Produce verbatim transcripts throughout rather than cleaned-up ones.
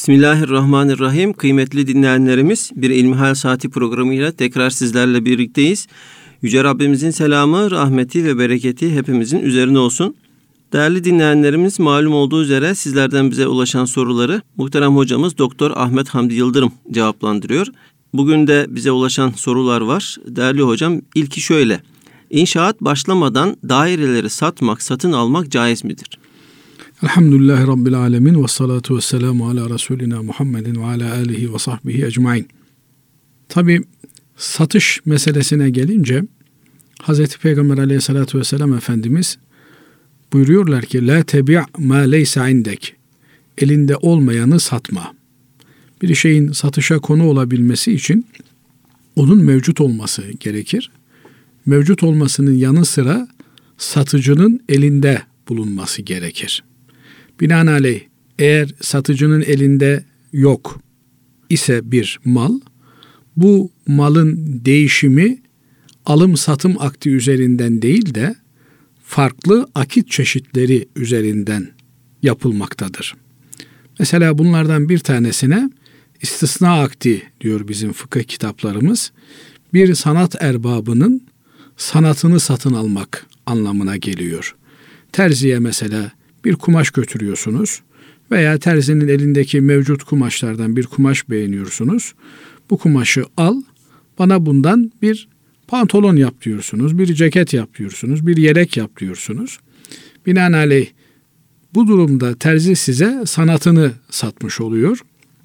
Bismillahirrahmanirrahim. Kıymetli dinleyenlerimiz, bir İlmihal Saati programıyla tekrar sizlerle birlikteyiz. Yüce Rabbimizin selamı, rahmeti ve bereketi hepimizin üzerine olsun. Değerli dinleyenlerimiz, malum olduğu üzere sizlerden bize ulaşan soruları muhterem hocamız Doktor Ahmet Hamdi Yıldırım cevaplandırıyor. Bugün de bize ulaşan sorular var. Değerli hocam, ilki şöyle: İnşaat başlamadan daireleri satmak, satın almak caiz midir? Elhamdülillahi Rabbil alemin ve salatu ve selamu ala Resulina Muhammedin ve ala alihi ve sahbihi ecmain. Tabi satış meselesine gelince Hazreti Peygamber aleyhissalatu vesselam Efendimiz buyuruyorlar ki la tebi' ma leysa indek, elinde olmayanı satma. Bir şeyin satışa konu olabilmesi için onun mevcut olması gerekir. Mevcut olmasının yanı sıra satıcının elinde bulunması gerekir. Binaenaleyh eğer satıcının elinde yok ise bir mal, bu malın değişimi alım satım akdi üzerinden değil de farklı akit çeşitleri üzerinden yapılmaktadır. Mesela bunlardan bir tanesine istisna akdi diyor bizim fıkıh kitaplarımız. Bir sanat erbabının sanatını satın almak anlamına geliyor. Terziye mesela bir kumaş götürüyorsunuz veya terzinin elindeki mevcut kumaşlardan bir kumaş beğeniyorsunuz. Bu kumaşı al, bana bundan bir pantolon yap diyorsunuz, bir ceket yap diyorsunuz, bir yelek yap diyorsunuz. Binaenaleyh bu durumda terzi size sanatını satmış oluyor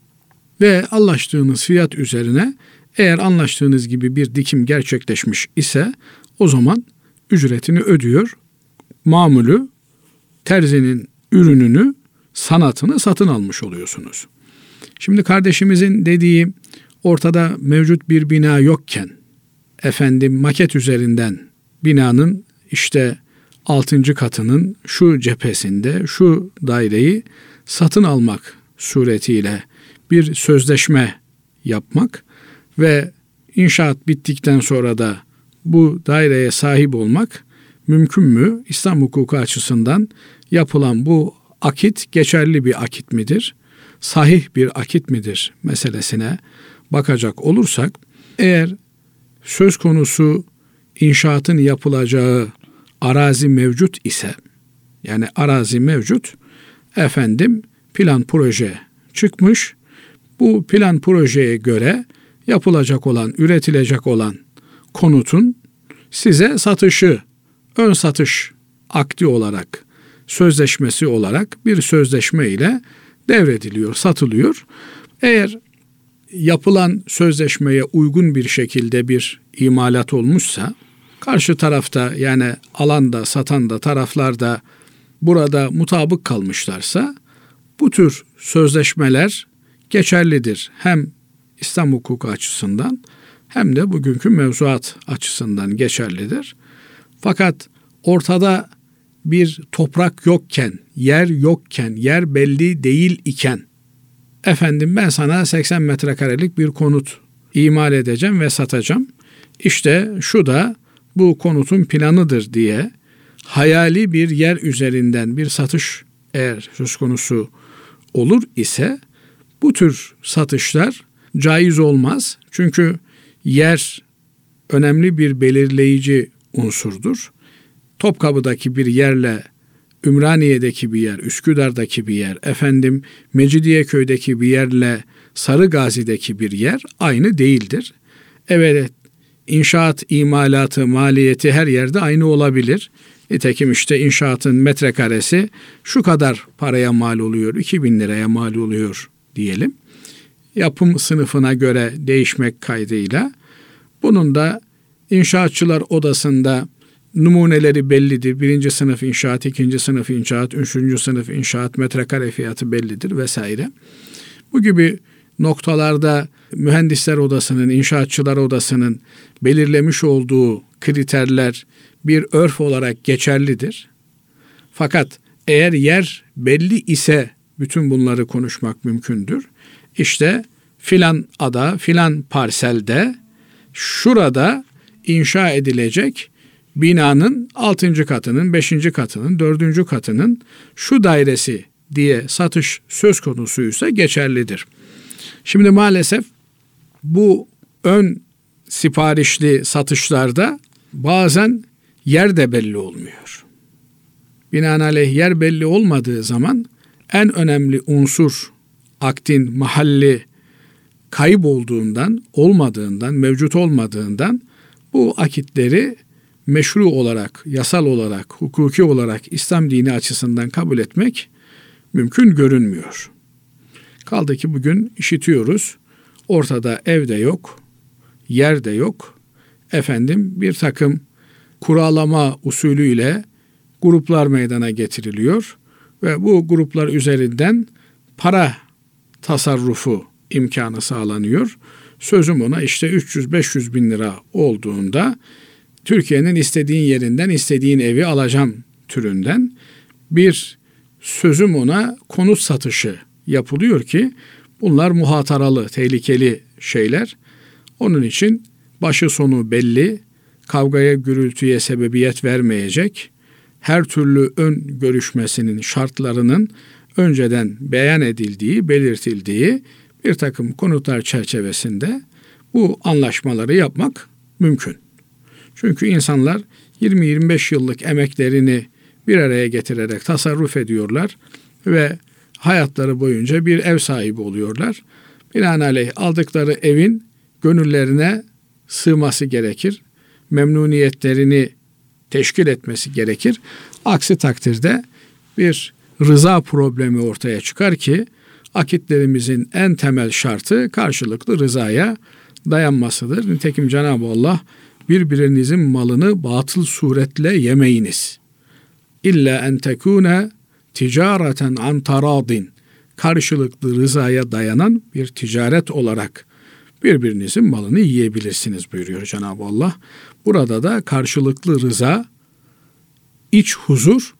ve anlaştığınız fiyat üzerine eğer anlaştığınız gibi bir dikim gerçekleşmiş ise o zaman ücretini ödüyor. Mamulü, terzinin ürününü, sanatını satın almış oluyorsunuz. Şimdi kardeşimizin dediği ortada mevcut bir bina yokken efendim maket üzerinden binanın işte altıncı katının şu cephesinde şu daireyi satın almak suretiyle bir sözleşme yapmak ve inşaat bittikten sonra da bu daireye sahip olmak mümkün mü? İslam hukuku açısından yapılan bu akit geçerli bir akit midir? Sahih bir akit midir meselesine bakacak olursak, eğer söz konusu inşaatın yapılacağı arazi mevcut ise, yani arazi mevcut, efendim plan proje çıkmış, bu plan projeye göre yapılacak olan, üretilecek olan konutun size satışı, ön satış akdi olarak, sözleşmesi olarak bir sözleşme ile devrediliyor, satılıyor. Eğer yapılan sözleşmeye uygun bir şekilde bir imalat olmuşsa, karşı tarafta yani alanda, satanda, taraflarda burada mutabık kalmışlarsa, bu tür sözleşmeler geçerlidir. Hem İslam hukuku açısından hem de bugünkü mevzuat açısından geçerlidir. Fakat ortada bir toprak yokken, yer yokken, yer belli değil iken, efendim ben sana seksen metrekarelik bir konut imal edeceğim ve satacağım. İşte şu da bu konutun planıdır diye hayali bir yer üzerinden bir satış eğer söz konusu olur ise bu tür satışlar caiz olmaz. Çünkü yer önemli bir belirleyici unsurdur. Topkapı'daki bir yerle Ümraniye'deki bir yer, Üsküdar'daki bir yer, efendim Mecidiyeköy'deki bir yerle Sarıgazi'deki bir yer aynı değildir. Evet, inşaat imalatı, maliyeti her yerde aynı olabilir. Nitekim işte inşaatın metrekaresi şu kadar paraya mal oluyor, iki bin liraya mal oluyor diyelim. Yapım sınıfına göre değişmek kaydıyla. Bunun da inşaatçılar odasında numuneleri bellidir. Birinci sınıf inşaat, ikinci sınıf inşaat, üçüncü sınıf inşaat, metrekare fiyatı bellidir vesaire. Bu gibi noktalarda mühendisler odasının, inşaatçılar odasının belirlemiş olduğu kriterler bir örf olarak geçerlidir. Fakat eğer yer belli ise bütün bunları konuşmak mümkündür. İşte filan ada, filan parselde, şurada inşa edilecek binanın altıncı katının, beşinci katının, dördüncü katının şu dairesi diye satış söz konusuysa geçerlidir. Şimdi maalesef bu ön siparişli satışlarda bazen yer de belli olmuyor. Binaenaleyh yer belli olmadığı zaman en önemli unsur akdin mahalli kaybolduğundan, olmadığından, mevcut olmadığından bu akitleri meşru olarak, yasal olarak, hukuki olarak İslam dini açısından kabul etmek mümkün görünmüyor. Kaldı ki bugün işitiyoruz, ortada ev de yok, yer de yok. Efendim bir takım kuralama usulüyle gruplar meydana getiriliyor ve bu gruplar üzerinden para tasarrufu imkanı sağlanıyor. Sözüm ona işte üç yüz beş yüz bin lira olduğunda Türkiye'nin istediğin yerinden istediğin evi alacağım türünden bir sözüm ona konut satışı yapılıyor ki bunlar muhataralı, tehlikeli şeyler. Onun için başı sonu belli, kavgaya, gürültüye sebebiyet vermeyecek, her türlü ön görüşmesinin şartlarının önceden beyan edildiği, belirtildiği bir takım konutlar çerçevesinde bu anlaşmaları yapmak mümkün. Çünkü insanlar yirmi yirmi beş yıllık emeklerini bir araya getirerek tasarruf ediyorlar ve hayatları boyunca bir ev sahibi oluyorlar. Binaenaleyh aldıkları evin gönüllerine sığması gerekir. Memnuniyetlerini teşkil etmesi gerekir. Aksi takdirde bir rıza problemi ortaya çıkar ki akitlerimizin en temel şartı karşılıklı rızaya dayanmasıdır. Nitekim Cenab-ı Allah birbirinizin malını batıl suretle yemeyiniz. İlla en tekune ticareten an taradin. Karşılıklı rızaya dayanan bir ticaret olarak birbirinizin malını yiyebilirsiniz buyuruyor Cenab-ı Allah. Burada da karşılıklı rıza, iç huzur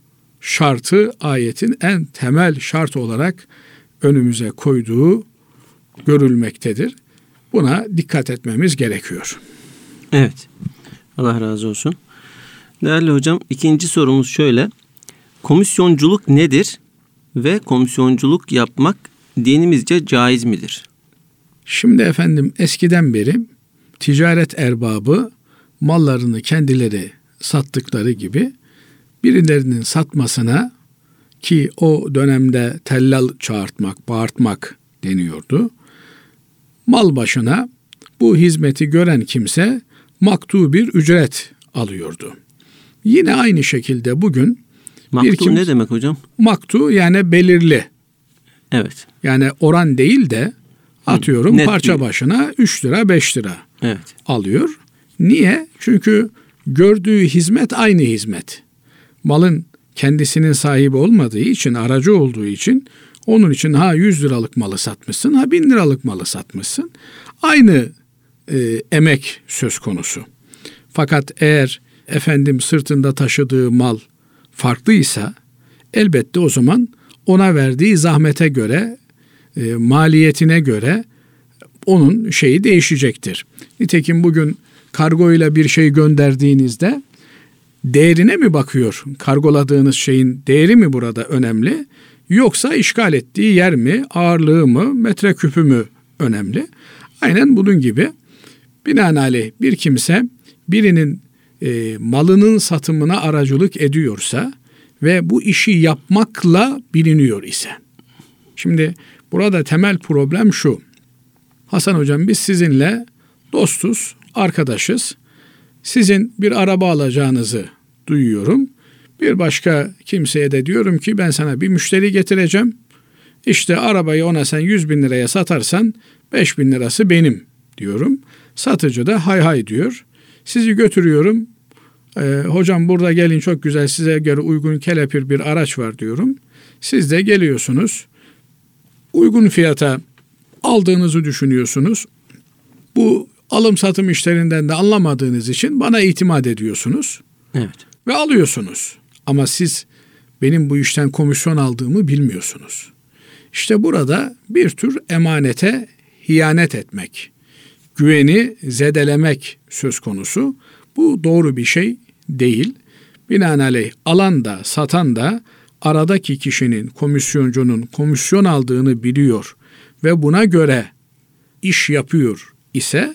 şartı ayetin en temel şart olarak önümüze koyduğu görülmektedir. Buna dikkat etmemiz gerekiyor. Evet. Allah razı olsun. Değerli hocam, ikinci sorumuz şöyle. Komisyonculuk nedir ve komisyonculuk yapmak dinimizce caiz midir? Şimdi efendim eskiden beri ticaret erbabı mallarını kendileri sattıkları gibi birilerinin satmasına, ki o dönemde tellal çağırtmak, bağırtmak deniyordu. Mal başına bu hizmeti gören kimse maktu bir ücret alıyordu. Yine aynı şekilde bugün maktu bir kimse, ne demek hocam? Maktu yani belirli. Evet. Yani oran değil de atıyorum net parça değil. Başına üç lira beş lira evet. alıyor. Niye? Çünkü gördüğü hizmet aynı hizmet. Malın kendisinin sahibi olmadığı için, aracı olduğu için onun için ha yüz liralık malı satmışsın, ha bin liralık malı satmışsın. Aynı e, emek söz konusu. Fakat eğer efendim sırtında taşıdığı mal farklıysa elbette o zaman ona verdiği zahmete göre, e, maliyetine göre onun şeyi değişecektir. Nitekim bugün kargo ile bir şey gönderdiğinizde değerine mi bakıyor? Kargoladığınız şeyin değeri mi burada önemli? Yoksa işgal ettiği yer mi, ağırlığı mı, metreküpü mü önemli? Aynen bunun gibi binaenaleyh bir kimse birinin e, malının satımına aracılık ediyorsa ve bu işi yapmakla biliniyor ise. Şimdi burada temel problem şu. Hasan hocam biz sizinle dostuz, arkadaşız. Sizin bir araba alacağınızı duyuyorum. Bir başka kimseye de diyorum ki ben sana bir müşteri getireceğim. İşte arabayı ona sen yüz bin liraya satarsan beş bin lirası benim diyorum. Satıcı da hay hay diyor. Sizi götürüyorum. Ee, hocam burada gelin çok güzel size göre uygun kelepir bir araç var diyorum. Siz de geliyorsunuz. Uygun fiyata aldığınızı düşünüyorsunuz. Bu alım satım işlerinden de anlamadığınız için bana itimat ediyorsunuz. Evet. Ve alıyorsunuz. Ama siz benim bu işten komisyon aldığımı bilmiyorsunuz. İşte burada bir tür emanete hiyanet etmek, güveni zedelemek söz konusu. Bu doğru bir şey değil. Binaenaleyh alan da satan da aradaki kişinin, komisyoncunun komisyon aldığını biliyor ve buna göre iş yapıyor ise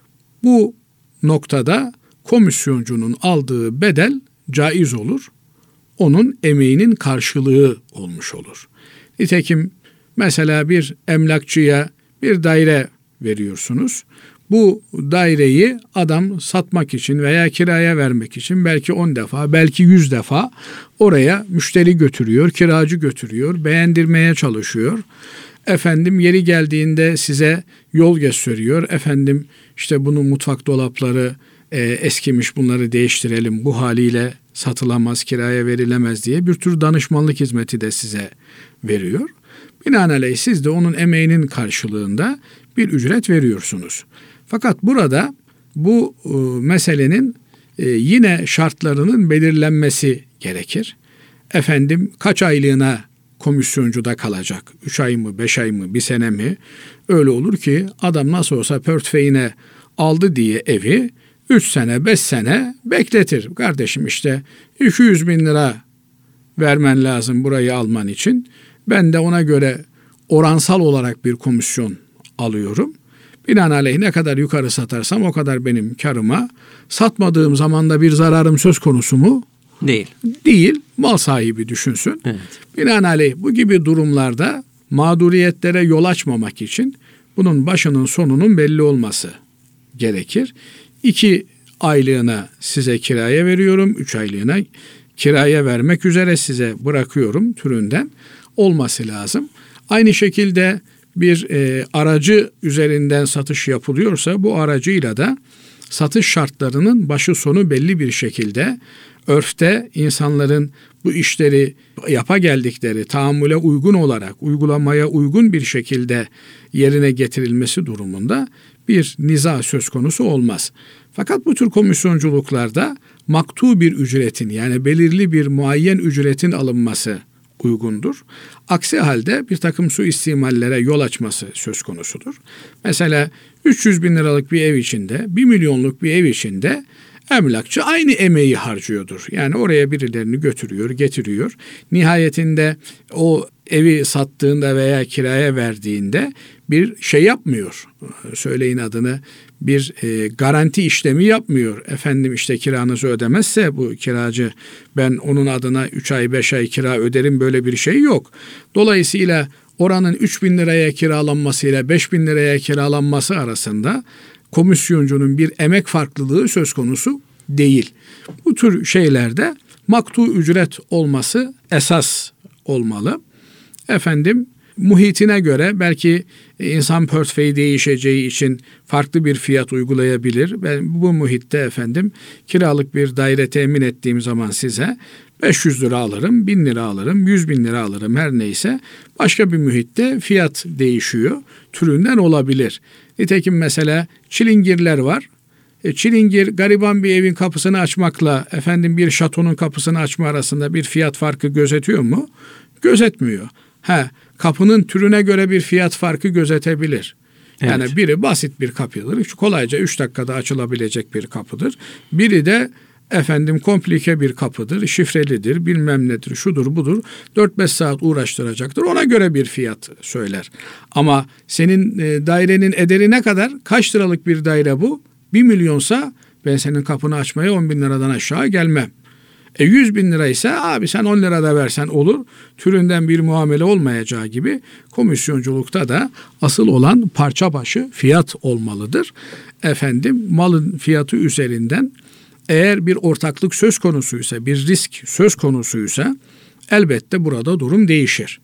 bu noktada komisyoncunun aldığı bedel caiz olur. Onun emeğinin karşılığı olmuş olur. Nitekim mesela bir emlakçıya bir daire veriyorsunuz. Bu daireyi adam satmak için veya kiraya vermek için belki on defa, belki yüz defa oraya müşteri götürüyor, kiracı götürüyor, beğendirmeye çalışıyor. Efendim yeri geldiğinde size yol gösteriyor. Efendim işte bunun mutfak dolapları e, eskimiş, bunları değiştirelim, bu haliyle satılamaz, kiraya verilemez diye bir tür danışmanlık hizmeti de size veriyor. Binaenaleyh siz de onun emeğinin karşılığında bir ücret veriyorsunuz. Fakat burada bu e, meselenin e, yine şartlarının belirlenmesi gerekir. Efendim kaç aylığına komisyoncuda kalacak? Üç ay mı, beş ay mı, bir sene mi? Öyle olur ki adam nasıl olsa portföyüne aldı diye evi üç sene, beş sene bekletir. Kardeşim işte iki yüz bin lira vermen lazım burayı alman için. Ben de ona göre oransal olarak bir komisyon alıyorum. Binaenaleyh ne kadar yukarı satarsam o kadar benim karıma. Satmadığım zaman da bir zararım söz konusu mu? Değil. Değil. Mal sahibi düşünsün. Evet. Binaenaleyh bu gibi durumlarda mağduriyetlere yol açmamak için bunun başının sonunun belli olması gerekir. İki aylığına size kiraya veriyorum. Üç aylığına kiraya vermek üzere size bırakıyorum türünden olması lazım. Aynı şekilde bir e, aracı üzerinden satış yapılıyorsa bu aracıyla da satış şartlarının başı sonu belli bir şekilde örfte insanların bu işleri yapa geldikleri tahammüle uygun olarak uygulamaya uygun bir şekilde yerine getirilmesi durumunda bir niza söz konusu olmaz. Fakat bu tür komisyonculuklarda maktu bir ücretin yani belirli bir muayyen ücretin alınması uygundur. Aksi halde bir takım suistimallere yol açması söz konusudur. Mesela üç yüz bin liralık bir ev içinde, bir milyonluk bir ev içinde emlakçı aynı emeği harcıyordur. Yani oraya birilerini götürüyor, getiriyor. Nihayetinde o evi sattığında veya kiraya verdiğinde bir şey yapmıyor. Söyleyin adını. Bir e, garanti işlemi yapmıyor. Efendim işte kiranızı ödemezse bu kiracı ben onun adına üç ay beş ay kira öderim, böyle bir şey yok. Dolayısıyla oranın üç bin liraya kiralanmasıyla beş bin liraya kiralanması arasında komisyoncunun bir emek farklılığı söz konusu değil. Bu tür şeylerde maktu ücret olması esas olmalı. Efendim muhitine göre belki insan portföyü değişeceği için farklı bir fiyat uygulayabilir. Ben bu muhitte efendim kiralık bir daire temin ettiğim zaman size beş yüz lira alırım, bin lira alırım, yüz bin lira alırım, her neyse. Başka bir muhitte fiyat değişiyor. Türünden olabilir. Nitekim mesela çilingirler var. E, çilingir gariban bir evin kapısını açmakla efendim bir şatonun kapısını açma arasında bir fiyat farkı gözetiyor mu? Gözetmiyor. Ha, kapının türüne göre bir fiyat farkı gözetebilir. Evet. Yani biri basit bir kapıdır. Kolayca üç dakikada açılabilecek bir kapıdır. Biri de efendim komplike bir kapıdır. Şifrelidir, bilmem nedir, şudur budur. dört beş saat uğraştıracaktır. Ona göre bir fiyat söyler. Ama senin e, dairenin ederi ne kadar? Kaç liralık bir daire bu? Bir milyonsa ben senin kapını açmaya on bin liradan aşağı gelmem. E yüz bin liraysa abi sen on lira da versen olur. Türünden bir muamele olmayacağı gibi komisyonculukta da asıl olan parça başı fiyat olmalıdır. Efendim malın fiyatı üzerinden eğer bir ortaklık söz konusuysa, bir risk söz konusuysa elbette burada durum değişir.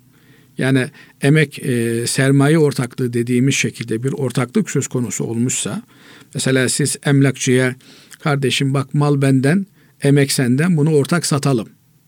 Yani emek e, sermaye ortaklığı dediğimiz şekilde bir ortaklık söz konusu olmuşsa, mesela siz emlakçıya kardeşim bak mal benden, emek senden, bunu ortak satalım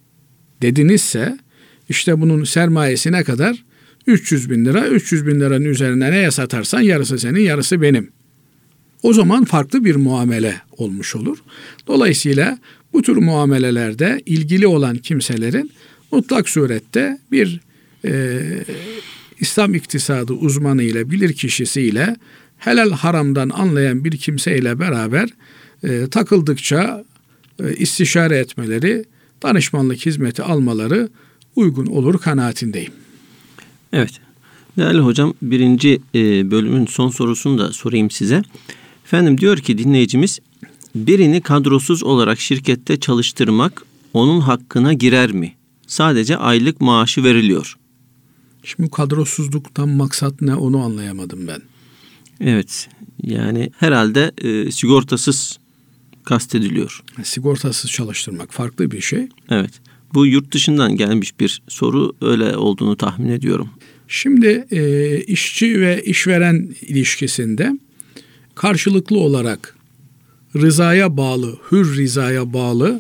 dedinizse işte bunun sermayesi ne kadar? üç yüz bin lira. üç yüz bin liranın üzerine neye satarsan yarısı senin, yarısı benim. O zaman farklı bir muamele olmuş olur. Dolayısıyla bu tür muamelelerde ilgili olan kimselerin mutlak surette bir e, İslam iktisadı uzmanıyla, bilirkişisiyle, helal haramdan anlayan bir kimseyle beraber e, takıldıkça e, istişare etmeleri danışmanlık hizmeti almaları uygun olur kanaatindeyim. Evet. Değerli hocam, birinci e, bölümün son sorusunu da sorayım size. Efendim, diyor ki dinleyicimiz, birini kadrosuz olarak şirkette çalıştırmak onun hakkına girer mi? Sadece aylık maaşı veriliyor. Şimdi kadrosuzluktan maksat ne, onu anlayamadım ben. Evet, yani herhalde e, sigortasız kastediliyor. Sigortasız çalıştırmak farklı bir şey. Evet, bu yurt dışından gelmiş bir soru, öyle olduğunu tahmin ediyorum. Şimdi e, işçi ve işveren ilişkisinde karşılıklı olarak rızaya bağlı, hür rızaya bağlı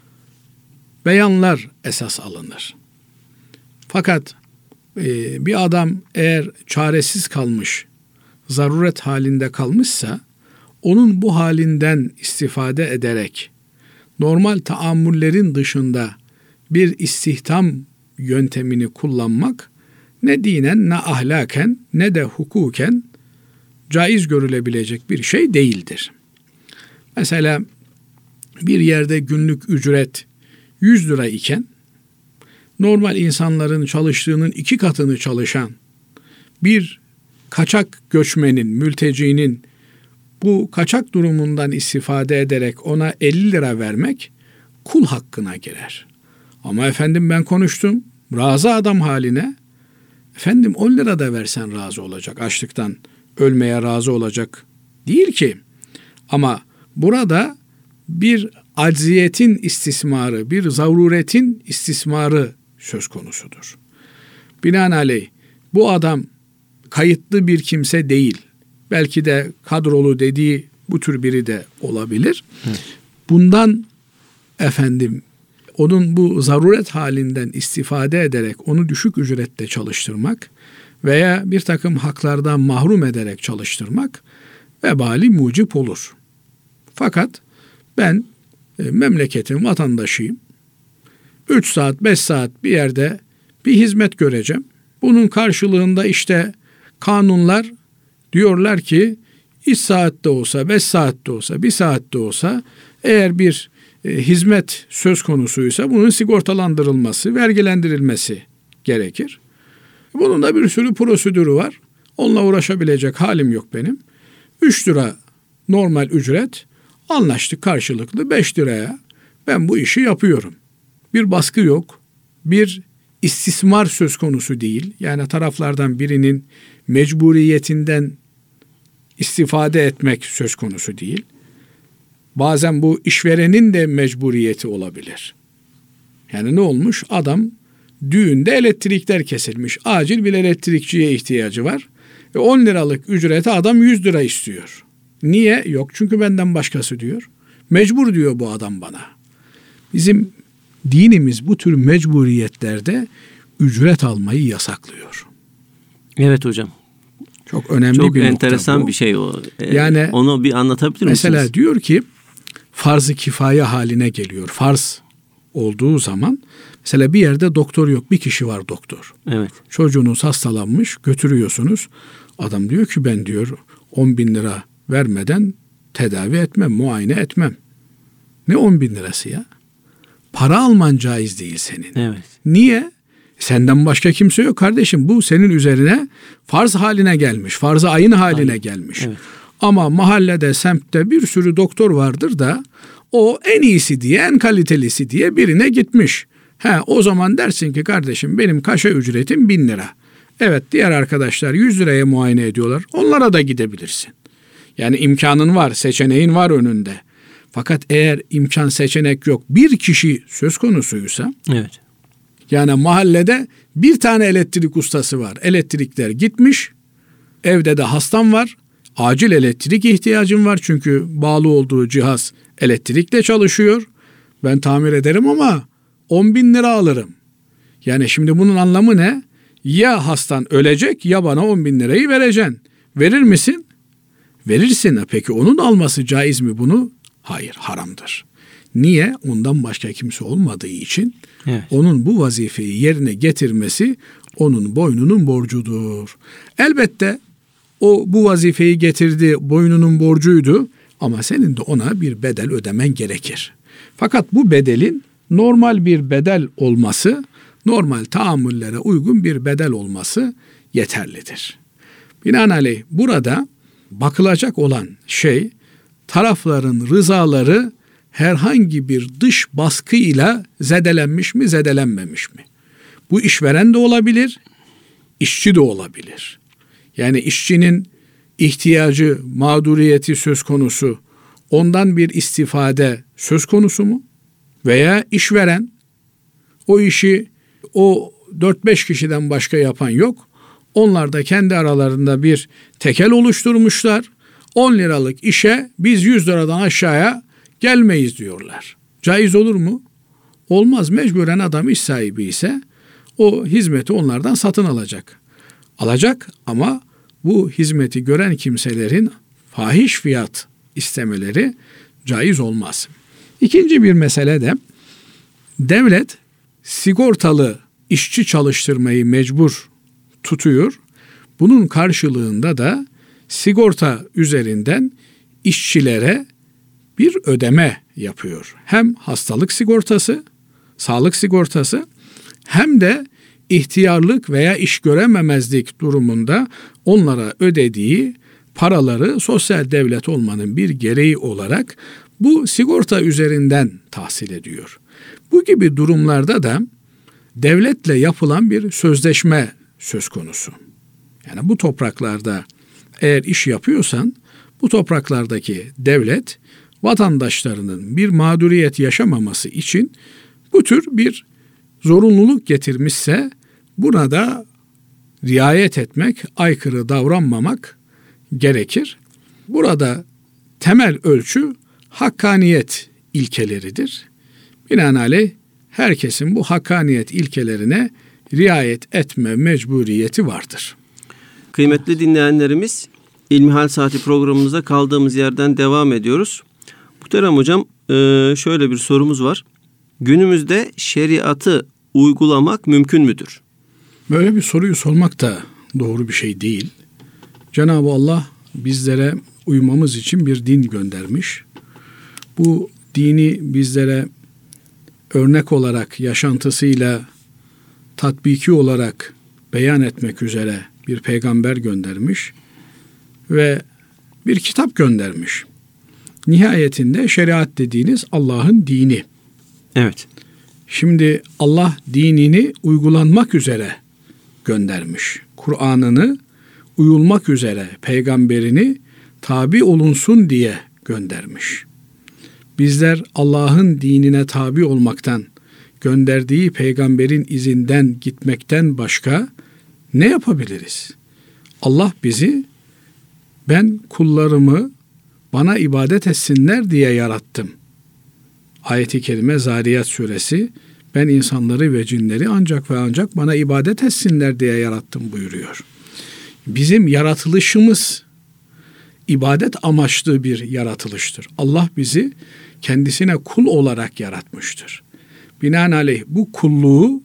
beyanlar esas alınır. Fakat e, bir adam eğer çaresiz kalmış, zaruret halinde kalmışsa, onun bu halinden istifade ederek normal taamüllerin dışında bir istihdam yöntemini kullanmak ne dinen, ne ahlaken, ne de hukuken caiz görülebilecek bir şey değildir. Mesela bir yerde günlük ücret yüz lira iken, normal insanların çalıştığının iki katını çalışan bir kaçak göçmenin, mültecinin bu kaçak durumundan istifade ederek ona elli lira vermek kul hakkına girer. Ama efendim ben konuştum, razı adam haline, efendim on lira da versen razı olacak, açlıktan ölmeye razı olacak değil ki. Ama burada bir acziyetin istismarı, bir zaruretin istismarı söz konusudur. Binaenaleyh bu adam kayıtlı bir kimse değil. Belki de kadrolu dediği bu tür biri de olabilir. Hı. Bundan efendim onun bu zaruret halinden istifade ederek onu düşük ücretle çalıştırmak veya bir takım haklardan mahrum ederek çalıştırmak vebali mucip olur. Fakat ben e, memleketin vatandaşıyım. üç saat, beş saat bir yerde bir hizmet göreceğim. Bunun karşılığında işte kanunlar diyorlar ki üç saatte olsa, beş saatte olsa, bir saatte olsa eğer bir e, hizmet söz konusuysa bunun sigortalandırılması, vergilendirilmesi gerekir. Bunun da bir sürü prosedürü var. Onunla uğraşabilecek halim yok benim. üç lira normal ücret, anlaştık karşılıklı beş liraya ben bu işi yapıyorum. Bir baskı yok, bir istismar söz konusu değil. Yani taraflardan birinin mecburiyetinden istifade etmek söz konusu değil. Bazen bu işverenin de mecburiyeti olabilir. Yani ne olmuş? Adam düğünde elektrikler kesilmiş. Acil bir elektrikçiye ihtiyacı var. E on liralık ücrete adam yüz lira istiyor. Niye? Yok çünkü benden başkası diyor. Mecbur diyor bu adam bana. Bizim dinimiz bu tür mecburiyetlerde ücret almayı yasaklıyor. Evet hocam. Çok önemli Çok bir nokta bu. Çok enteresan bir şey o. Ee, yani onu bir anlatabilir misiniz? Mesela diyor ki farz-ı kifaye haline geliyor. Farz olduğu zaman mesela bir yerde doktor yok, bir kişi var doktor. Evet. Çocuğunuz hastalanmış, götürüyorsunuz. Adam diyor ki ben diyor on bin lira vermeden tedavi etmem, muayene etmem. Ne on bin lirası ya? Para alman caiz değil senin. Evet. Niye? Senden başka kimse yok kardeşim. Bu senin üzerine farz haline gelmiş. Farz-ı ayın haline Aynen. gelmiş. Evet. Ama mahallede, semtte bir sürü doktor vardır da o en iyisi diye, en kalitelisi diye birine gitmiş. He, o zaman dersin ki kardeşim benim kaşe ücretim bin lira. Evet, diğer arkadaşlar yüz liraya muayene ediyorlar. Onlara da gidebilirsin. Yani imkanın var, seçeneğin var önünde. Fakat eğer imkan seçenek yok, bir kişi söz konusuysa, evet. Yani mahallede bir tane elektrik ustası var. Elektrikler gitmiş, evde de hastam var, acil elektrik ihtiyacım var çünkü bağlı olduğu cihaz elektrikle çalışıyor. Ben tamir ederim ama on bin lira alırım. Yani şimdi bunun anlamı ne? Ya hastan ölecek ya bana on bin lirayı vereceksin. Verir misin? Verirsin. Peki onun alması caiz mi bunu? Hayır, haramdır. Niye? Ondan başka kimse olmadığı için evet. Onun bu vazifeyi yerine getirmesi onun boynunun borcudur. Elbette o bu vazifeyi getirdi, boynunun borcuydu ama senin de ona bir bedel ödemen gerekir. Fakat bu bedelin normal bir bedel olması, normal tahammüllere uygun bir bedel olması yeterlidir. Binaenaleyh burada bakılacak olan şey, tarafların rızaları herhangi bir dış baskıyla zedelenmiş mi, zedelenmemiş mi? Bu işveren de olabilir, işçi de olabilir. Yani işçinin ihtiyacı, mağduriyeti söz konusu, ondan bir istifade söz konusu mu? Veya işveren, o işi o dört beş kişiden başka yapan yok. Onlar da kendi aralarında bir tekel oluşturmuşlar. on liralık işe biz yüz liradan aşağıya gelmeyiz diyorlar. Caiz olur mu? Olmaz. Mecburen adam iş sahibi ise o hizmeti onlardan satın alacak. Alacak ama bu hizmeti gören kimselerin fahiş fiyat istemeleri caiz olmaz. İkinci bir mesele de devlet sigortalı işçi çalıştırmayı mecbur tutuyor. Bunun karşılığında da sigorta üzerinden işçilere bir ödeme yapıyor. Hem hastalık sigortası, sağlık sigortası, hem de ihtiyarlık veya iş görememezlik durumunda onlara ödediği paraları sosyal devlet olmanın bir gereği olarak bu sigorta üzerinden tahsil ediyor. Bu gibi durumlarda da devletle yapılan bir sözleşme söz konusu. Yani bu topraklarda eğer iş yapıyorsan bu topraklardaki devlet vatandaşlarının bir mağduriyet yaşamaması için bu tür bir zorunluluk getirmişse buna da riayet etmek, aykırı davranmamak gerekir. Burada temel ölçü hakkaniyet ilkeleridir. Binaenaleyh herkesin bu hakkaniyet ilkelerine riayet etme mecburiyeti vardır. Kıymetli dinleyenlerimiz, İlmihal Saati programımıza kaldığımız yerden devam ediyoruz. Muhterem hocam, şöyle bir sorumuz var. Günümüzde şeriatı uygulamak mümkün müdür? Böyle bir soruyu sormak da doğru bir şey değil. Cenab-ı Allah bizlere uymamız için bir din göndermiş. Bu dini bizlere örnek olarak, yaşantısıyla tatbiki olarak beyan etmek üzere bir peygamber göndermiş ve bir kitap göndermiş. Nihayetinde şeriat dediğiniz Allah'ın dini. Evet. Şimdi Allah dinini uygulanmak üzere göndermiş. Kur'an'ını uyulmak üzere peygamberini tabi olunsun diye göndermiş. Bizler Allah'ın dinine tabi olmaktan, gönderdiği peygamberin izinden gitmekten başka ne yapabiliriz? Allah bizi, ben kullarımı bana ibadet etsinler diye yarattım. Ayet-i kerime Zariyat suresi, ben insanları ve cinleri ancak ve ancak bana ibadet etsinler diye yarattım buyuruyor. Bizim yaratılışımız ibadet amaçlı bir yaratılıştır. Allah bizi kendisine kul olarak yaratmıştır. Binaenaleyh bu kulluğu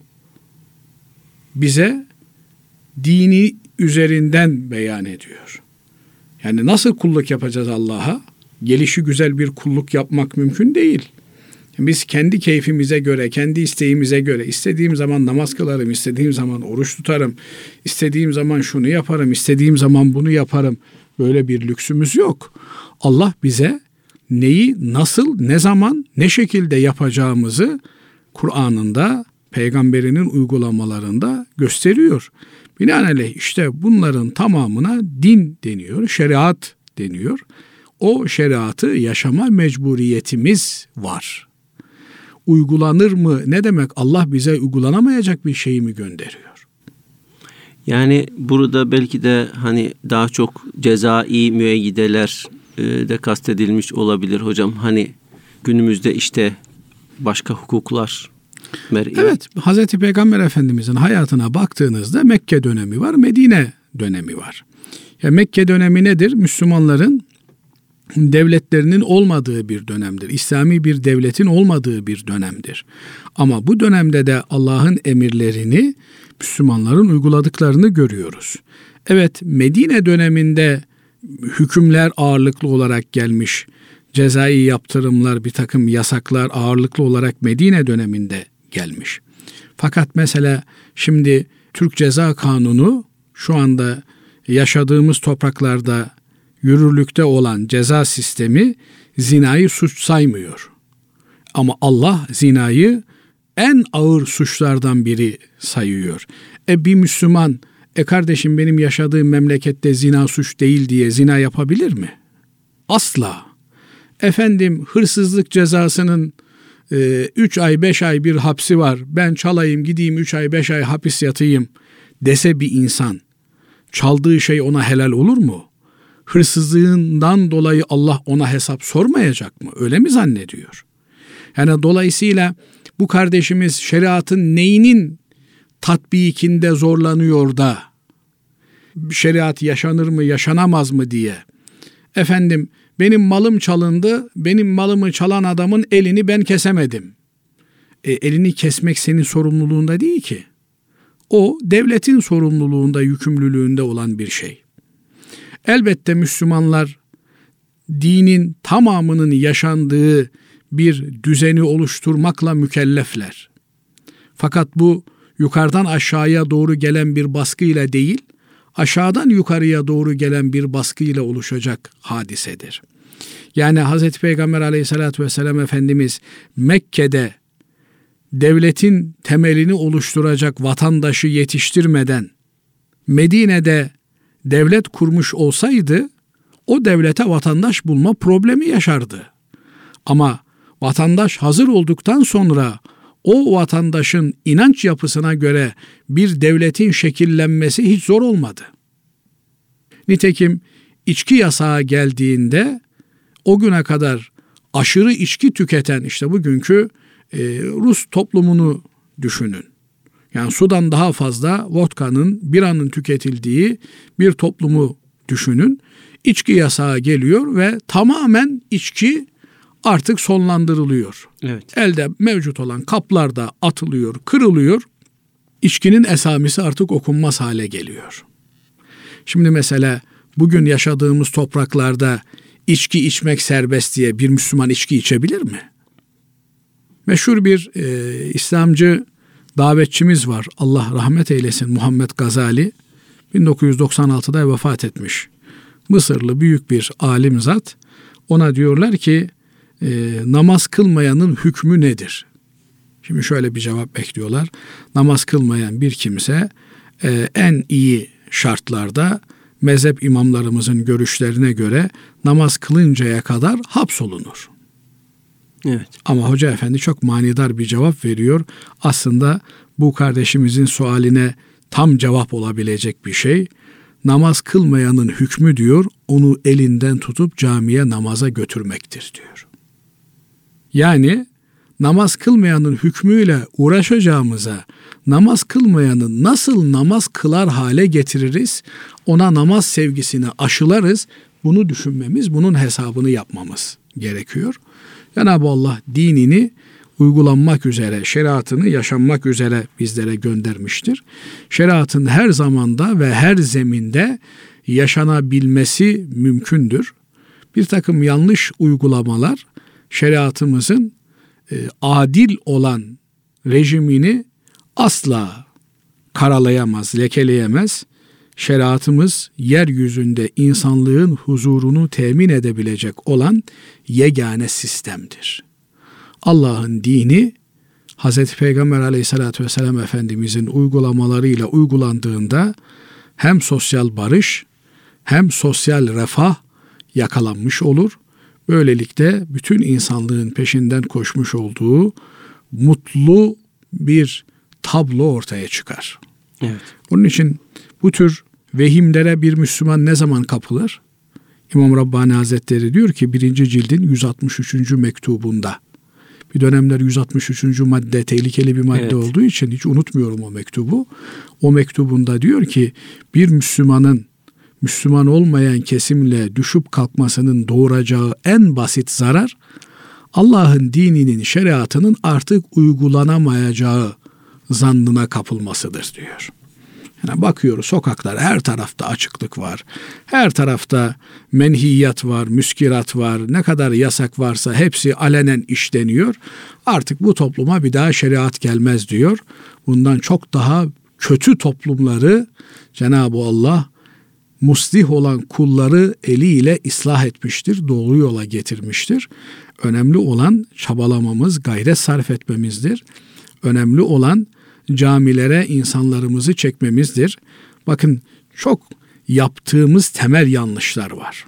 bize dini üzerinden beyan ediyor. Yani nasıl kulluk yapacağız Allah'a? Gelişi güzel bir kulluk yapmak mümkün değil. Biz kendi keyfimize göre, kendi isteğimize göre, istediğim zaman namaz kılarım, istediğim zaman oruç tutarım, istediğim zaman şunu yaparım, istediğim zaman bunu yaparım. Böyle bir lüksümüz yok. Allah bize neyi, nasıl, ne zaman, ne şekilde yapacağımızı Kur'an'ında, peygamberinin uygulamalarında gösteriyor. Binaenaleyh işte bunların tamamına din deniyor, şeriat deniyor. O şeriatı yaşama mecburiyetimiz var. Uygulanır mı? Ne demek? Allah bize uygulanamayacak bir şeyi mi gönderiyor? Yani burada belki de hani daha çok cezai müeyyideler de kastedilmiş olabilir hocam. Hani günümüzde işte başka hukuklar. Mer'i. Evet, Hazreti Peygamber Efendimizin hayatına baktığınızda Mekke dönemi var, Medine dönemi var. Ya Mekke dönemi nedir? Müslümanların devletlerinin olmadığı bir dönemdir. İslami bir devletin olmadığı bir dönemdir. Ama bu dönemde de Allah'ın emirlerini Müslümanların uyguladıklarını görüyoruz. Evet, Medine döneminde hükümler ağırlıklı olarak gelmiş, cezai yaptırımlar, bir takım yasaklar ağırlıklı olarak Medine döneminde gelmiş. Fakat mesela şimdi Türk Ceza Kanunu şu anda yaşadığımız topraklarda yürürlükte olan ceza sistemi zinayı suç saymıyor. Ama Allah zinayı en ağır suçlardan biri sayıyor. E bir Müslüman, e kardeşim benim yaşadığım memlekette zina suç değil diye zina yapabilir mi? Asla. Efendim hırsızlık cezasının e, üç ay beş ay bir hapsi var. Ben çalayım gideyim üç ay beş ay hapis yatayım dese bir insan, çaldığı şey ona helal olur mu? Hırsızlığından dolayı Allah ona hesap sormayacak mı? Öyle mi zannediyor? Yani dolayısıyla bu kardeşimiz şeriatın neyinin tatbikinde zorlanıyor da şeriat yaşanır mı yaşanamaz mı diye, efendim benim malım çalındı, benim malımı çalan adamın elini ben kesemedim. E, elini kesmek senin sorumluluğunda değil ki. O devletin sorumluluğunda, yükümlülüğünde olan bir şey. Elbette Müslümanlar dinin tamamının yaşandığı bir düzeni oluşturmakla mükellefler. Fakat bu yukarıdan aşağıya doğru gelen bir baskıyla değil, aşağıdan yukarıya doğru gelen bir baskıyla oluşacak hadisedir. Yani Hazreti Peygamber Aleyhisselatü Vesselam Efendimiz Mekke'de devletin temelini oluşturacak vatandaşı yetiştirmeden Medine'de devlet kurmuş olsaydı o devlete vatandaş bulma problemi yaşardı. Ama vatandaş hazır olduktan sonra o vatandaşın inanç yapısına göre bir devletin şekillenmesi hiç zor olmadı. Nitekim içki yasağı geldiğinde o güne kadar aşırı içki tüketen, işte bugünkü e, Rus toplumunu düşünün. Yani sudan daha fazla vodkanın, biranın tüketildiği bir toplumu düşünün. İçki yasağı geliyor ve tamamen içki artık sonlandırılıyor. Evet. Elde mevcut olan kaplar da atılıyor, kırılıyor. İçkinin esamesi artık okunmaz hale geliyor. Şimdi mesela bugün yaşadığımız topraklarda içki içmek serbest diye bir Müslüman içki içebilir mi? Meşhur bir e, İslamcı davetçimiz var. Allah rahmet eylesin, Muhammed Gazali. bin dokuz yüz doksan altıda vefat etmiş. Mısırlı büyük bir alim zat. Ona diyorlar ki e, namaz kılmayanın hükmü nedir? Şimdi şöyle bir cevap bekliyorlar. Namaz kılmayan bir kimse e, en iyi şartlarda mezhep imamlarımızın görüşlerine göre namaz kılıncaya kadar hapsolunur. Evet. Ama Hoca Efendi çok manidar bir cevap veriyor. Aslında bu kardeşimizin sualine tam cevap olabilecek bir şey. Namaz kılmayanın hükmü diyor, onu elinden tutup camiye namaza götürmektir diyor. Yani namaz kılmayanın hükmüyle uğraşacağımıza namaz kılmayanı nasıl namaz kılar hale getiririz, ona namaz sevgisini aşılarız, bunu düşünmemiz, bunun hesabını yapmamız gerekiyor. Cenab-ı Allah dinini uygulanmak üzere, şeriatını yaşanmak üzere bizlere göndermiştir. Şeriatın her zamanda ve her zeminde yaşanabilmesi mümkündür. Bir takım yanlış uygulamalar şeriatımızın e, adil olan rejimini asla karalayamaz, lekeleyemez. Şeriatımız yeryüzünde insanlığın huzurunu temin edebilecek olan yegane sistemdir. Allah'ın dini Hazreti Peygamber Aleyhisselatü Vesselam Efendimizin uygulamalarıyla uygulandığında hem sosyal barış hem sosyal refah yakalanmış olur. Böylelikle bütün insanlığın peşinden koşmuş olduğu mutlu bir tablo ortaya çıkar. Evet. Onun için bu tür vehimlere bir Müslüman ne zaman kapılır? İmam Rabbani Hazretleri diyor ki birinci cildin yüz altmış üçüncü mektubunda. Bir dönemler yüz altmış üçüncü madde tehlikeli bir madde evet. olduğu için hiç unutmuyorum o mektubu. O mektubunda diyor ki bir Müslümanın Müslüman olmayan kesimle düşüp kalkmasının doğuracağı en basit zarar Allah'ın dininin, şeriatının artık uygulanamayacağı zannına kapılmasıdır diyor. Yani bakıyoruz sokaklar, her tarafta açıklık var. Her tarafta menhiyat var, müskirat var. Ne kadar yasak varsa hepsi alenen işleniyor. Artık bu topluma bir daha şeriat gelmez diyor. Bundan çok daha kötü toplumları Cenab-ı Allah muslih olan kulları eliyle ıslah etmiştir, doğru yola getirmiştir. Önemli olan çabalamamız, gayret sarf etmemizdir. Önemli olan camilere insanlarımızı çekmemizdir. Bakın çok yaptığımız temel yanlışlar var.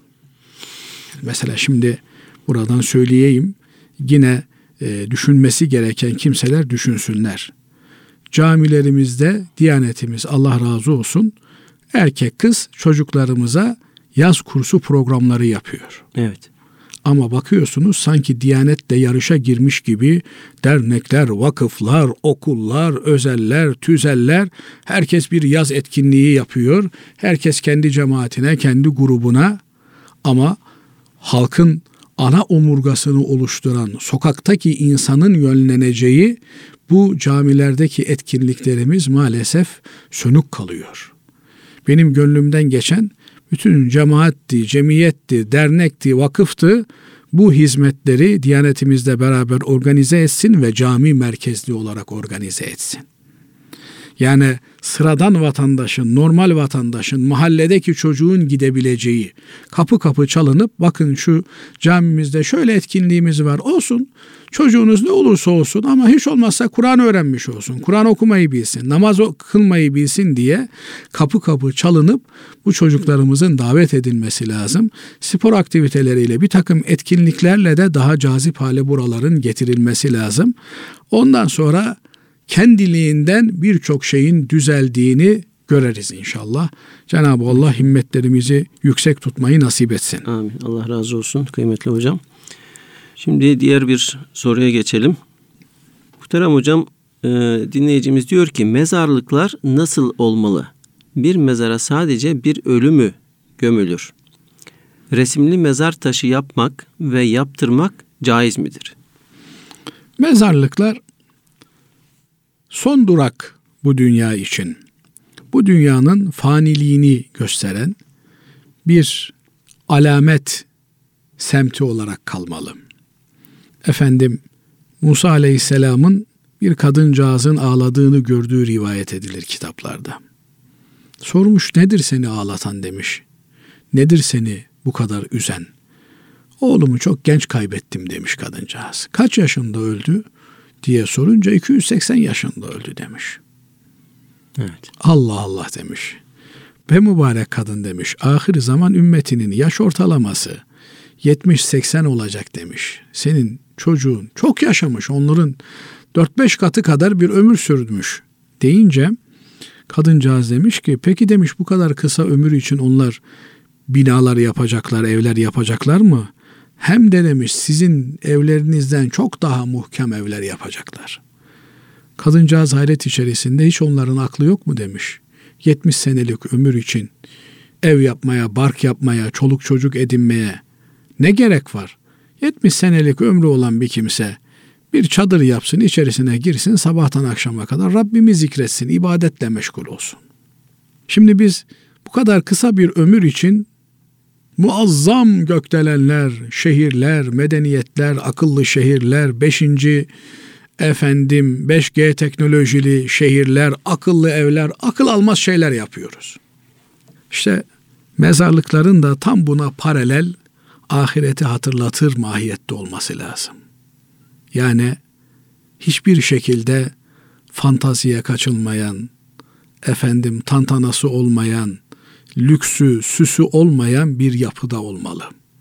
Mesela şimdi buradan söyleyeyim, yine e, düşünmesi gereken kimseler düşünsünler. Camilerimizde Diyanetimiz, Allah razı olsun, erkek kız çocuklarımıza yaz kursu programları yapıyor. Evet. Ama bakıyorsunuz sanki Diyanetle yarışa girmiş gibi dernekler, vakıflar, okullar, özeller, tüzeller, herkes bir yaz etkinliği yapıyor. Herkes kendi cemaatine, kendi grubuna, ama halkın ana omurgasını oluşturan, sokaktaki insanın yönleneceği bu camilerdeki etkinliklerimiz maalesef sönük kalıyor. Benim gönlümden geçen bütün cemaatti, cemiyetti, dernekti, vakıftı, bu hizmetleri Diyanetimizle beraber organize etsin ve cami merkezli olarak organize etsin. Yani sıradan vatandaşın, normal vatandaşın, mahalledeki çocuğun gidebileceği, kapı kapı çalınıp bakın şu camimizde şöyle etkinliğimiz var, olsun. Çocuğunuz ne olursa olsun ama hiç olmazsa Kur'an öğrenmiş olsun, Kur'an okumayı bilsin, namaz kılmayı bilsin diye kapı kapı çalınıp bu çocuklarımızın davet edilmesi lazım. Spor aktiviteleriyle, bir takım etkinliklerle de daha cazip hale buraların getirilmesi lazım. Ondan sonra kendiliğinden birçok şeyin düzeldiğini göreriz inşallah. Cenab-ı Allah himmetlerimizi yüksek tutmayı nasip etsin. Amin. Allah razı olsun kıymetli hocam. Şimdi diğer bir soruya geçelim. Muhterem hocam, e, dinleyicimiz diyor ki mezarlıklar nasıl olmalı? Bir mezara sadece bir ölü mü gömülür? Resimli mezar taşı yapmak ve yaptırmak caiz midir? Mezarlıklar son durak bu dünya için. Bu dünyanın faniliğini gösteren bir alamet semti olarak kalmalı. Efendim Musa Aleyhisselam'ın bir kadıncağızın ağladığını gördüğü rivayet edilir kitaplarda. Sormuş, nedir seni ağlatan demiş. Nedir seni bu kadar üzen? Oğlumu çok genç kaybettim demiş kadıncağız. Kaç yaşında öldü diye sorunca iki yüz seksen yaşında öldü demiş. Evet. Allah Allah demiş. Be mübarek kadın demiş. Ahir zaman ümmetinin yaş ortalaması yetmiş seksen olacak demiş. Senin çocuğun çok yaşamış, onların dört beş katı kadar bir ömür sürdürmüş deyince kadıncağız demiş ki peki demiş bu kadar kısa ömür için onlar binalar yapacaklar, evler yapacaklar mı? Hem de demiş sizin evlerinizden çok daha muhkem evler yapacaklar. Kadıncağız hayret içerisinde, hiç onların aklı yok mu demiş. yetmiş senelik ömür için ev yapmaya, bark yapmaya, çoluk çocuk edinmeye ne gerek var? yetmiş senelik ömrü olan bir kimse bir çadır yapsın, içerisine girsin, sabahtan akşama kadar Rabbimi zikretsin, ibadetle meşgul olsun. Şimdi biz bu kadar kısa bir ömür için muazzam gökdelenler, şehirler, medeniyetler, akıllı şehirler, beşinci efendim beş G teknolojili şehirler, akıllı evler, akıl almaz şeyler yapıyoruz. İşte mezarlıkların da tam buna paralel ahireti hatırlatır mahiyette olması lazım. Yani hiçbir şekilde fantaziye kaçılmayan, efendim tantanası olmayan, lüksü, süsü olmayan bir yapıda olmalı.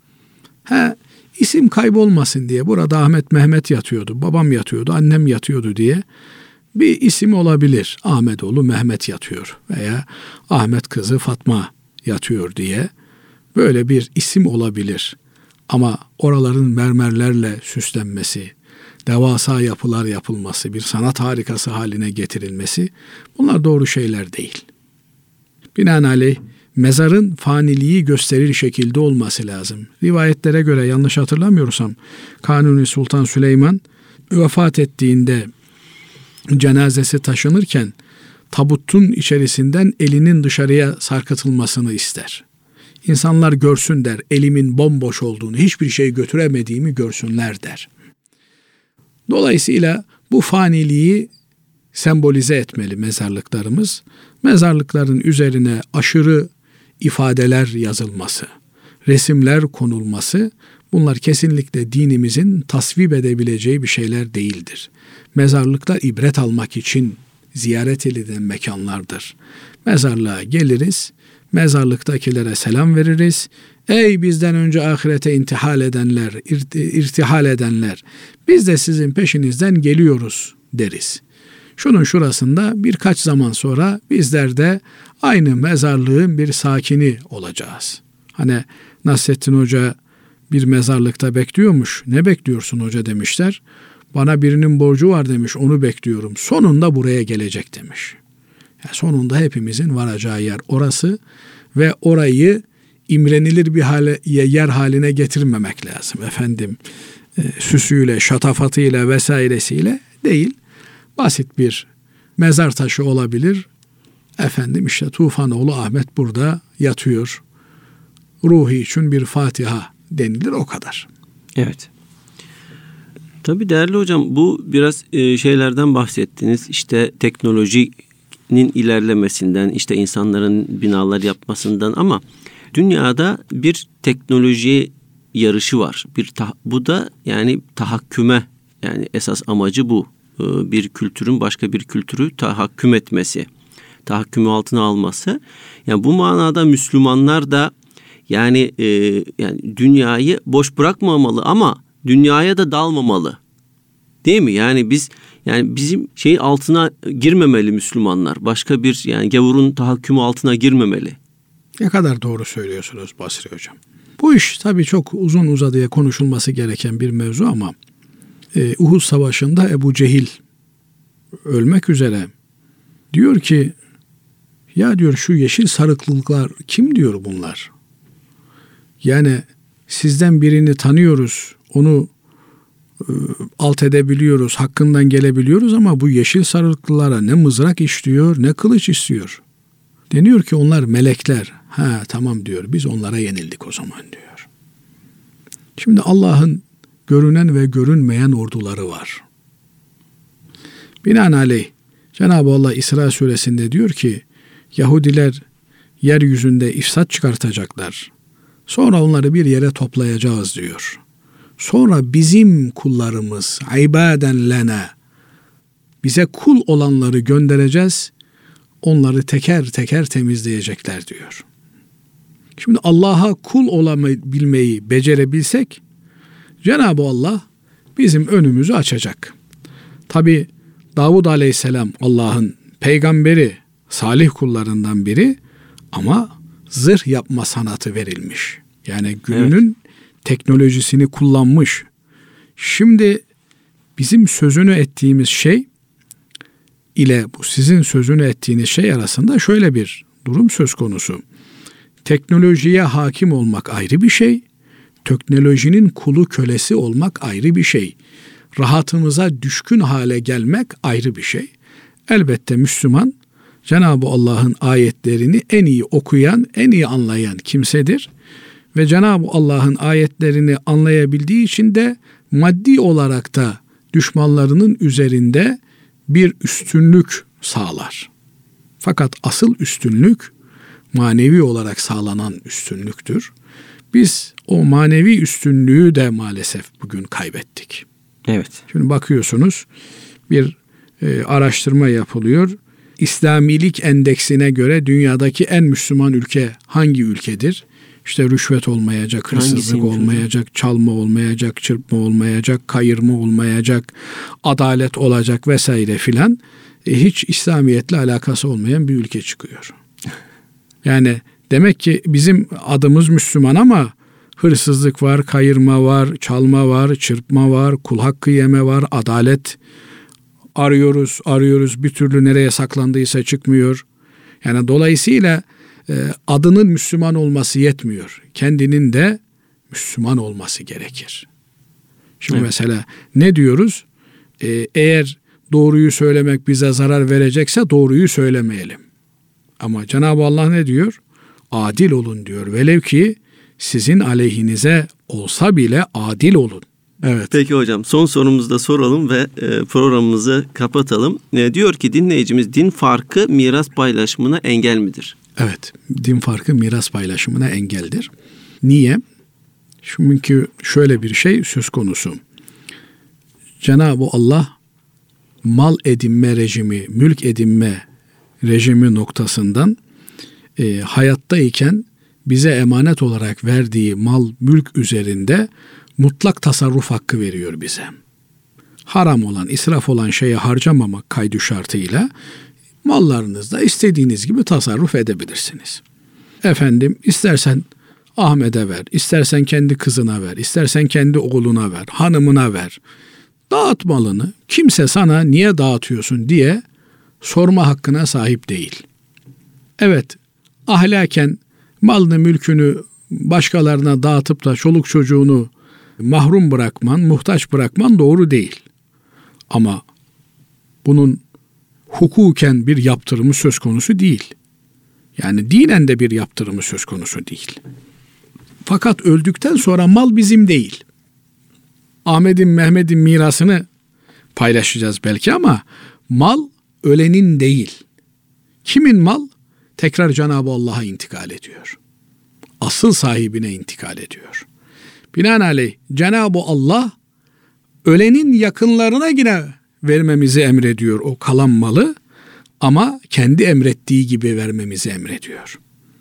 He, isim kaybolmasın diye burada Ahmet Mehmet yatıyordu, babam yatıyordu, annem yatıyordu diye bir isim olabilir. Ahmetoğlu Mehmet yatıyor veya Ahmet kızı Fatma yatıyor diye böyle bir isim olabilir. Ama oraların mermerlerle süslenmesi, devasa yapılar yapılması, bir sanat harikası haline getirilmesi, bunlar doğru şeyler değil. Binaenaleyh mezarın faniliği gösterir şekilde olması lazım. Rivayetlere göre yanlış hatırlamıyorsam Kanuni Sultan Süleyman vefat ettiğinde cenazesi taşınırken tabutun içerisinden elinin dışarıya sarkıtılmasını ister. İnsanlar görsün der, elimin bomboş olduğunu, hiçbir şey götüremediğimi görsünler der. Dolayısıyla bu faniliği sembolize etmeli mezarlıklarımız. Mezarlıkların üzerine aşırı ifadeler yazılması, resimler konulması, bunlar kesinlikle dinimizin tasvip edebileceği bir şeyler değildir. Mezarlıklar ibret almak için ziyaret edilen mekanlardır. Mezarlığa geliriz, mezarlıktakilere selam veririz. Ey bizden önce ahirete intihal edenler, irtihal edenler, biz de sizin peşinizden geliyoruz deriz. Şunun şurasında birkaç zaman sonra bizler de aynı mezarlığın bir sakini olacağız. Hani Nasrettin Hoca bir mezarlıkta bekliyormuş. Ne bekliyorsun hoca demişler. Bana birinin borcu var demiş, onu bekliyorum. Sonunda buraya gelecek demiş. Yani sonunda hepimizin varacağı yer orası ve orayı imrenilir bir hale, yer haline getirmemek lazım. Efendim e, süsüyle, şatafatıyla vesairesiyle değil. Basit bir mezar taşı olabilir. Efendim işte Tufanoğlu Ahmet burada yatıyor. Ruhu için bir Fatiha denilir, o kadar. Evet. Tabii değerli hocam, bu biraz e, şeylerden bahsettiniz. İşte teknolojinin ilerlemesinden, işte insanların binalar yapmasından, ama dünyada bir teknoloji yarışı var. Bir ta, bu da yani tahakküme, yani esas amacı bu. E, bir kültürün başka bir kültürü tahakküm etmesi, tahakkümü altına alması. Yani bu manada Müslümanlar da yani e, yani dünyayı boş bırakmamalı ama dünyaya da dalmamalı. Değil mi? Yani biz yani bizim şey altına girmemeli Müslümanlar. Başka bir yani gavurun tahakkümü altına girmemeli. Ne kadar doğru söylüyorsunuz Basri Hocam. Bu iş tabii çok uzun uzadıya konuşulması gereken bir mevzu ama e, Uhud Savaşı'nda Ebu Cehil ölmek üzere diyor ki, ya diyor şu yeşil sarıklılar kim diyor bunlar? Yani sizden birini tanıyoruz, onu e, alt edebiliyoruz, hakkından gelebiliyoruz ama bu yeşil sarıklılara ne mızrak istiyor, ne kılıç istiyor. Deniyor ki onlar melekler. Ha tamam diyor, biz onlara yenildik o zaman diyor. Şimdi Allah'ın görünen ve görünmeyen orduları var. Binaenaleyh Cenab-ı Allah İsra suresinde diyor ki, Yahudiler yeryüzünde ifsat çıkartacaklar. Sonra onları bir yere toplayacağız diyor. Sonra bizim kullarımız ibaden lena, bize kul olanları göndereceğiz. Onları teker teker temizleyecekler diyor. Şimdi Allah'a kul olabilmeyi becerebilsek Cenab-ı Allah bizim önümüzü açacak. Tabi Davud Aleyhisselam Allah'ın peygamberi, salih kullarından biri ama zırh yapma sanatı verilmiş. Yani gününün evet. teknolojisini kullanmış. Şimdi bizim sözünü ettiğimiz şey ile bu sizin sözünü ettiğiniz şey arasında şöyle bir durum söz konusu. Teknolojiye hakim olmak ayrı bir şey, teknolojinin kulu kölesi olmak ayrı bir şey. Rahatımıza düşkün hale gelmek ayrı bir şey. Elbette Müslüman, Cenab-ı Allah'ın ayetlerini en iyi okuyan, en iyi anlayan kimsedir. Ve Cenab-ı Allah'ın ayetlerini anlayabildiği için de maddi olarak da düşmanlarının üzerinde bir üstünlük sağlar. Fakat asıl üstünlük manevi olarak sağlanan üstünlüktür. Biz o manevi üstünlüğü de maalesef bugün kaybettik. Evet. Şimdi bakıyorsunuz bir e, araştırma yapılıyor. İslamilik endeksine göre dünyadaki en Müslüman ülke hangi ülkedir? İşte rüşvet olmayacak, hırsızlık olmayacak, hocam? Çalma olmayacak, çırpma olmayacak, kayırma olmayacak, adalet olacak vesaire filan. E, hiç İslamiyetle alakası olmayan bir ülke çıkıyor. Yani demek ki bizim adımız Müslüman ama hırsızlık var, kayırma var, çalma var, çırpma var, kul hakkı yeme var, adalet arıyoruz, arıyoruz, bir türlü nereye saklandıysa çıkmıyor. Yani dolayısıyla e, adının Müslüman olması yetmiyor. Kendinin de Müslüman olması gerekir. Şimdi evet. Mesela ne diyoruz? E, eğer doğruyu söylemek bize zarar verecekse doğruyu söylemeyelim. Ama Cenab-ı Allah ne diyor? Adil olun diyor. Velev ki sizin aleyhinize olsa bile adil olun. Evet. Peki hocam, son sorumuzu da soralım ve e, programımızı kapatalım. E, diyor ki dinleyicimiz, din farkı miras paylaşımına engel midir? Evet, din farkı miras paylaşımına engeldir. Niye? Çünkü şöyle bir şey söz konusu. Cenab-ı Allah mal edinme rejimi, mülk edinme rejimi noktasından e, hayattayken bize emanet olarak verdiği mal, mülk üzerinde mutlak tasarruf hakkı veriyor bize. Haram olan, israf olan şeye harcamamak kaydı şartıyla mallarınızda istediğiniz gibi tasarruf edebilirsiniz. Efendim, istersen Ahmet'e ver, istersen kendi kızına ver, istersen kendi oğluna ver, hanımına ver. Dağıt malını. Kimse sana niye dağıtıyorsun diye sorma hakkına sahip değil. Evet, ahlaken malını, mülkünü başkalarına dağıtıp da çoluk çocuğunu mahrum bırakman, muhtaç bırakman doğru değil. Ama bunun hukuken bir yaptırımı söz konusu değil. Yani dinen de bir yaptırımı söz konusu değil. Fakat öldükten sonra mal bizim değil. Ahmet'in, Mehmet'in mirasını paylaşacağız belki ama mal ölenin değil. Kimin mal? Tekrar Cenab-ı Allah'a intikal ediyor. Asıl sahibine intikal ediyor. Binaenaleyh Cenab-ı Allah ölenin yakınlarına yine vermemizi emrediyor o kalan malı, ama kendi emrettiği gibi vermemizi emrediyor.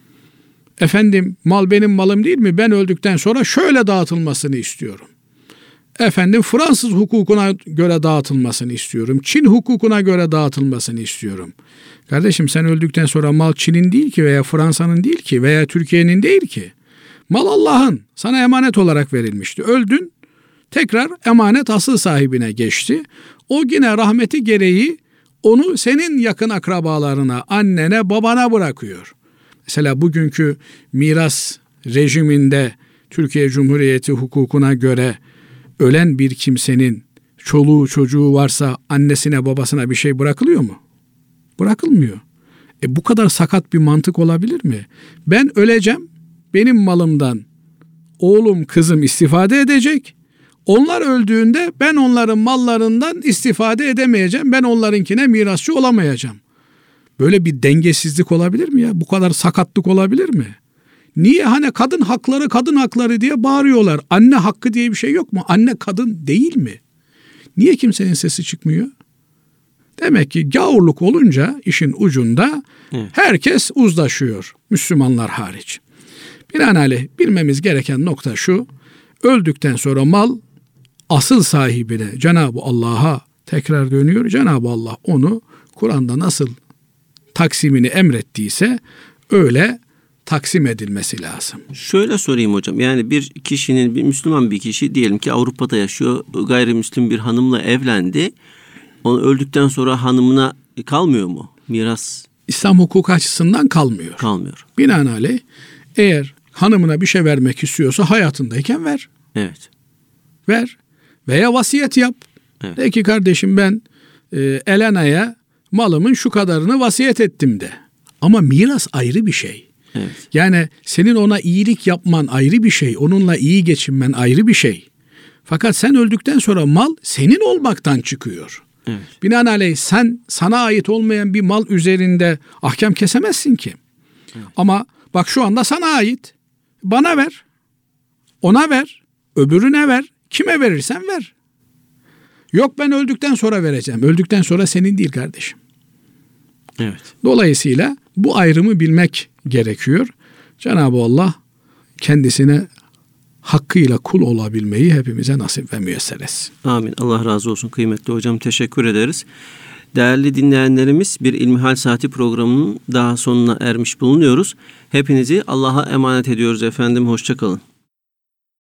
Efendim, mal benim malım değil mi? Ben öldükten sonra şöyle dağıtılmasını istiyorum. Efendim, Fransız hukukuna göre dağıtılmasını istiyorum. Çin hukukuna göre dağıtılmasını istiyorum. Kardeşim, sen öldükten sonra mal Çin'in değil ki veya Fransa'nın değil ki veya Türkiye'nin değil ki. Mal Allah'ın. Sana emanet olarak verilmişti. Öldün, tekrar emanet asıl sahibine geçti. O yine rahmeti gereği onu senin yakın akrabalarına, annene, babana bırakıyor. Mesela bugünkü miras rejiminde Türkiye Cumhuriyeti hukukuna göre ölen bir kimsenin çoluğu çocuğu varsa annesine babasına bir şey bırakılıyor mu? Bırakılmıyor. E bu kadar sakat bir mantık olabilir mi? Ben öleceğim, benim malımdan oğlum kızım istifade edecek. Onlar öldüğünde ben onların mallarından istifade edemeyeceğim. Ben onlarınkine mirasçı olamayacağım. Böyle bir dengesizlik olabilir mi ya? Bu kadar sakatlık olabilir mi? Niye hani kadın hakları kadın hakları diye bağırıyorlar? Anne hakkı diye bir şey yok mu? Anne kadın değil mi? Niye kimsenin sesi çıkmıyor? Demek ki gavurluk olunca işin ucunda herkes uzlaşıyor. Müslümanlar hariç. Binaenaleyh bilmemiz gereken nokta şu: öldükten sonra mal asıl sahibine, Cenab-ı Allah'a tekrar dönüyor. Cenab-ı Allah onu Kur'an'da nasıl taksimini emrettiyse öyle taksim edilmesi lazım. Şöyle sorayım hocam. Yani bir kişinin, bir Müslüman bir kişi diyelim ki Avrupa'da yaşıyor. Gayrimüslim bir hanımla evlendi. Onu öldükten sonra hanımına kalmıyor mu miras? İslam hukuku açısından kalmıyor. Kalmıyor. Binaenaleyh eğer hanımına bir şey vermek istiyorsa hayatındayken ver. Evet. Ver. Veya vasiyet yap. Evet. De ki kardeşim, ben e, Elena'ya malımın şu kadarını vasiyet ettim de. Ama miras ayrı bir şey. Evet. Yani senin ona iyilik yapman ayrı bir şey. Onunla iyi geçinmen ayrı bir şey. Fakat sen öldükten sonra mal senin olmaktan çıkıyor. Evet. Binaenaleyh sen sana ait olmayan bir mal üzerinde ahkam kesemezsin ki. Evet. Ama bak şu anda sana ait. Bana ver. Ona ver. Öbürüne ver. Kime verirsen ver. Yok ben öldükten sonra vereceğim. Öldükten sonra senin değil kardeşim. Evet. Dolayısıyla bu ayrımı bilmek gerekiyor. Cenab-ı Allah kendisine hakkıyla kul olabilmeyi hepimize nasip ve müyesser etsin. Amin. Allah razı olsun kıymetli hocam. Teşekkür ederiz. Değerli dinleyenlerimiz, bir İlmihal Saati programının daha sonuna ermiş bulunuyoruz. Hepinizi Allah'a emanet ediyoruz efendim. Hoşça kalın.